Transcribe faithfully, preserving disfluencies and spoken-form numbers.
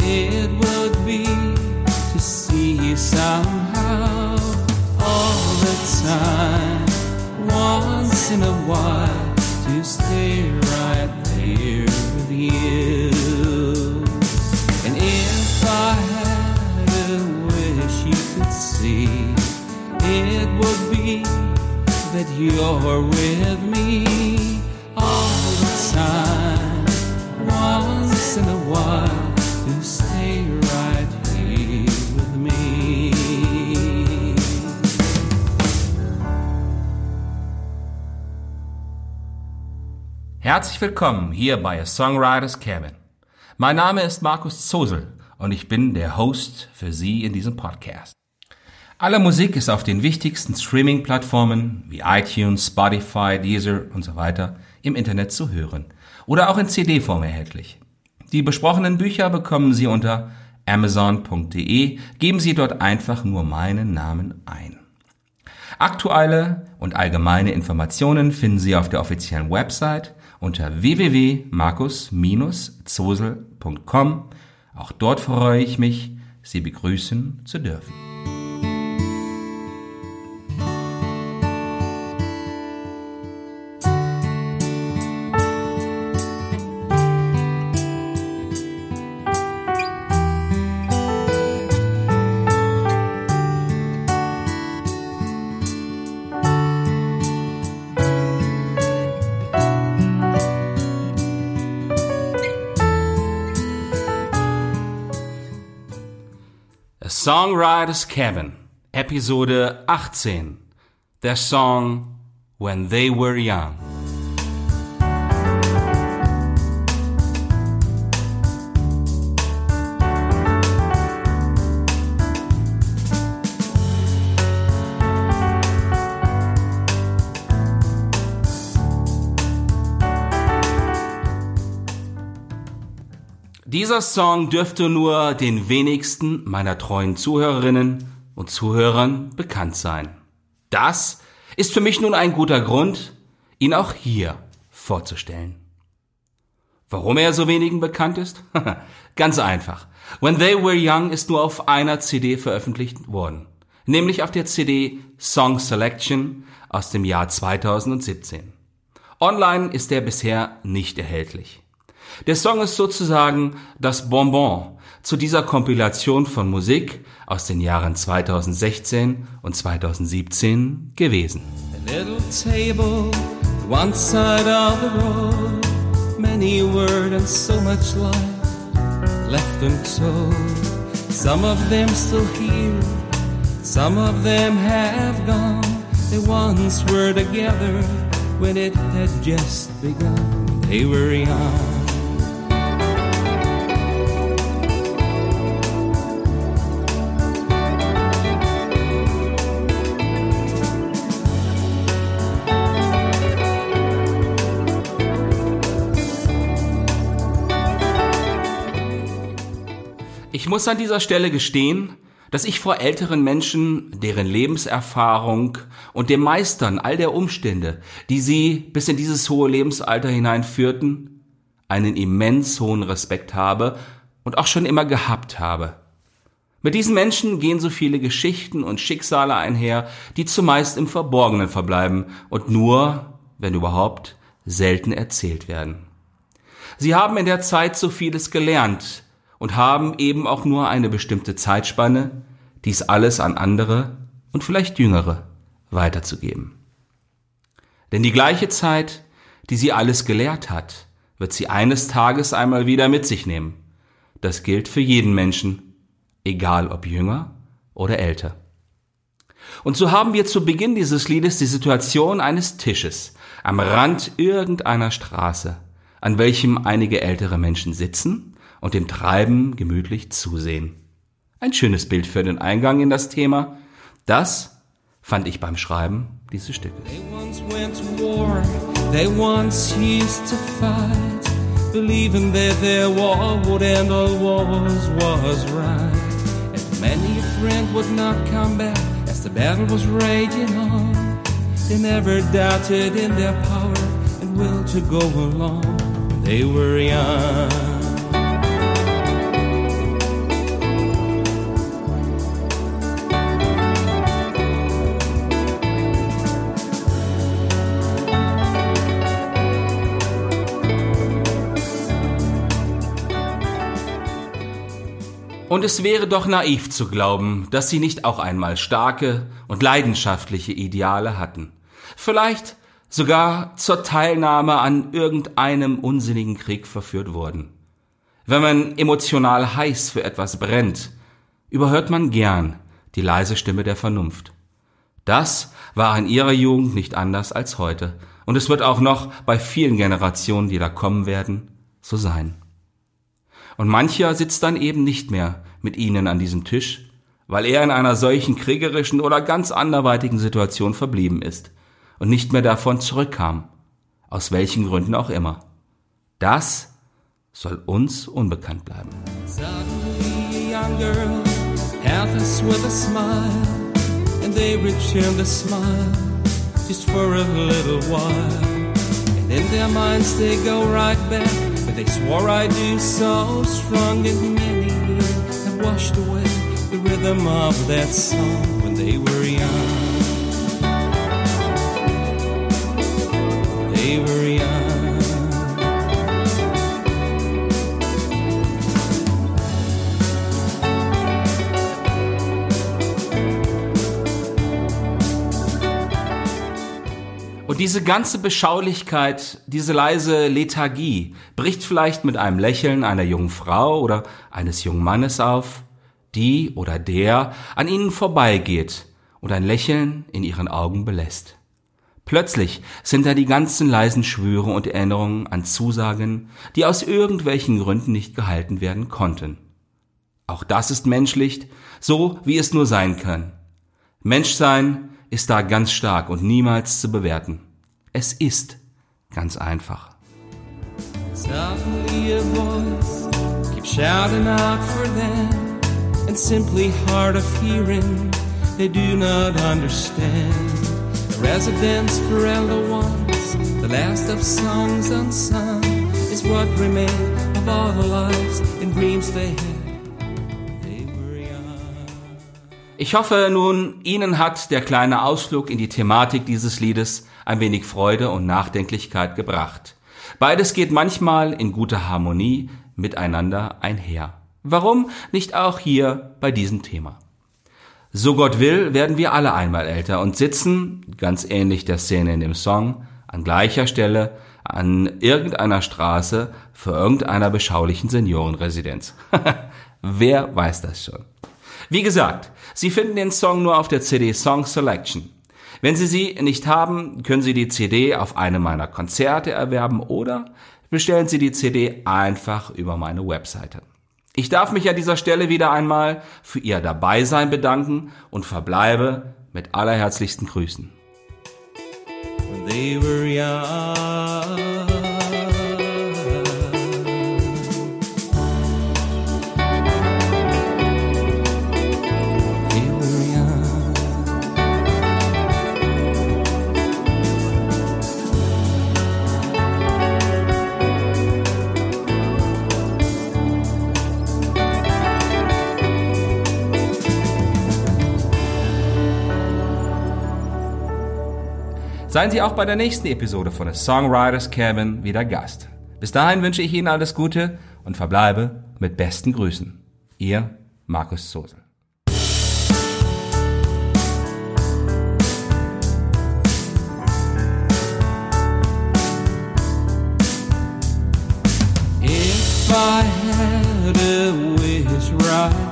it would be to see you somehow all the time, once in a while, to stay right there with you. And if I had a wish you could see, it would be that you're with me all the time, once in a while, to stay right here with me. Herzlich willkommen hier bei A Songwriter's Cabin. Mein Name ist Markus Zosel und ich bin der Host für Sie in diesem Podcast. Alle Musik ist auf den wichtigsten Streaming-Plattformen wie iTunes, Spotify, Deezer und so weiter im Internet zu hören oder auch in C D-Form erhältlich. Die besprochenen Bücher bekommen Sie unter amazon punkt de, geben Sie dort einfach nur meinen Namen ein. Aktuelle und allgemeine Informationen finden Sie auf der offiziellen Website unter w w w punkt markus zosel punkt com. Auch dort freue ich mich, Sie begrüßen zu dürfen. A Songwriter's Cabin, Episode achtzehn, der Song When They Were Young. Dieser Song dürfte nur den wenigsten meiner treuen Zuhörerinnen und Zuhörern bekannt sein. Das ist für mich nun ein guter Grund, ihn auch hier vorzustellen. Warum er so wenigen bekannt ist? Ganz einfach. When They Were Young ist nur auf einer C D veröffentlicht worden, nämlich auf der C D Song Selection aus dem Jahr zweitausendsiebzehn. Online ist er bisher nicht erhältlich. Der Song ist sozusagen das Bonbon zu dieser Kompilation von Musik aus den Jahren zweitausendsechzehn und zweitausendsiebzehn gewesen. A little table, one side of the road, many words and so much life left untold. Some of them still here, some of them have gone. They once were together when it had just begun. They were young. Ich muss an dieser Stelle gestehen, dass ich vor älteren Menschen, deren Lebenserfahrung und dem Meistern all der Umstände, die sie bis in dieses hohe Lebensalter hineinführten, einen immens hohen Respekt habe und auch schon immer gehabt habe. Mit diesen Menschen gehen so viele Geschichten und Schicksale einher, die zumeist im Verborgenen verbleiben und nur, wenn überhaupt, selten erzählt werden. Sie haben in der Zeit so vieles gelernt und haben eben auch nur eine bestimmte Zeitspanne, dies alles an andere und vielleicht Jüngere weiterzugeben. Denn die gleiche Zeit, die sie alles gelehrt hat, wird sie eines Tages einmal wieder mit sich nehmen. Das gilt für jeden Menschen, egal ob jünger oder älter. Und so haben wir zu Beginn dieses Liedes die Situation eines Tisches am Rand irgendeiner Straße, an welchem einige ältere Menschen sitzen und dem Treiben gemütlich zusehen. Ein schönes Bild für den Eingang in das Thema. Das fand ich beim Schreiben dieses Stückes. They once went to war, they once used to fight, believing that their war would end all wars was right. And many a friend would not come back as the battle was raging on. They never doubted in their power and will to go along. They were young. Und es wäre doch naiv zu glauben, dass sie nicht auch einmal starke und leidenschaftliche Ideale hatten. Vielleicht sogar zur Teilnahme an irgendeinem unsinnigen Krieg verführt wurden. Wenn man emotional heiß für etwas brennt, überhört man gern die leise Stimme der Vernunft. Das war in ihrer Jugend nicht anders als heute. Und es wird auch noch bei vielen Generationen, die da kommen werden, so sein. Und mancher sitzt dann eben nicht mehr mit ihnen an diesem Tisch, weil er in einer solchen kriegerischen oder ganz anderweitigen Situation verblieben ist und nicht mehr davon zurückkam, aus welchen Gründen auch immer. Das soll uns unbekannt bleiben. Suddenly a young girl hath us with a smile, and they return the smile just for a little while, and in their minds they go right back, but they swore I do so strong, and many have washed away the rhythm of that song when they were young. They were young. Und diese ganze Beschaulichkeit, diese leise Lethargie bricht vielleicht mit einem Lächeln einer jungen Frau oder eines jungen Mannes auf, die oder der an ihnen vorbeigeht und ein Lächeln in ihren Augen belässt. Plötzlich sind da die ganzen leisen Schwüre und Erinnerungen an Zusagen, die aus irgendwelchen Gründen nicht gehalten werden konnten. Auch das ist menschlich, so wie es nur sein kann. Menschsein ist da ganz stark und niemals zu bewerten. Es ist ganz einfach. Suddenly a voice keeps shouting out for them, and simply hard of hearing, they do not understand. The residence for elder ones, the last of songs unsung, is what remained of all the lives and dreams they had. Ich hoffe nun, Ihnen hat der kleine Ausflug in die Thematik dieses Liedes ein wenig Freude und Nachdenklichkeit gebracht. Beides geht manchmal in guter Harmonie miteinander einher. Warum nicht auch hier bei diesem Thema? So Gott will, werden wir alle einmal älter und sitzen, ganz ähnlich der Szene in dem Song, an gleicher Stelle an irgendeiner Straße vor irgendeiner beschaulichen Seniorenresidenz. Wer weiß das schon? Wie gesagt, Sie finden den Song nur auf der C D Song Selection. Wenn Sie sie nicht haben, können Sie die C D auf einem meiner Konzerte erwerben oder bestellen Sie die C D einfach über meine Webseite. Ich darf mich an dieser Stelle wieder einmal für Ihr Dabeisein bedanken und verbleibe mit allerherzlichsten Grüßen. When they were young. Seien Sie auch bei der nächsten Episode von The Songwriters Cabin wieder Gast. Bis dahin wünsche ich Ihnen alles Gute und verbleibe mit besten Grüßen. Ihr Markus Zosel. If I had a wish right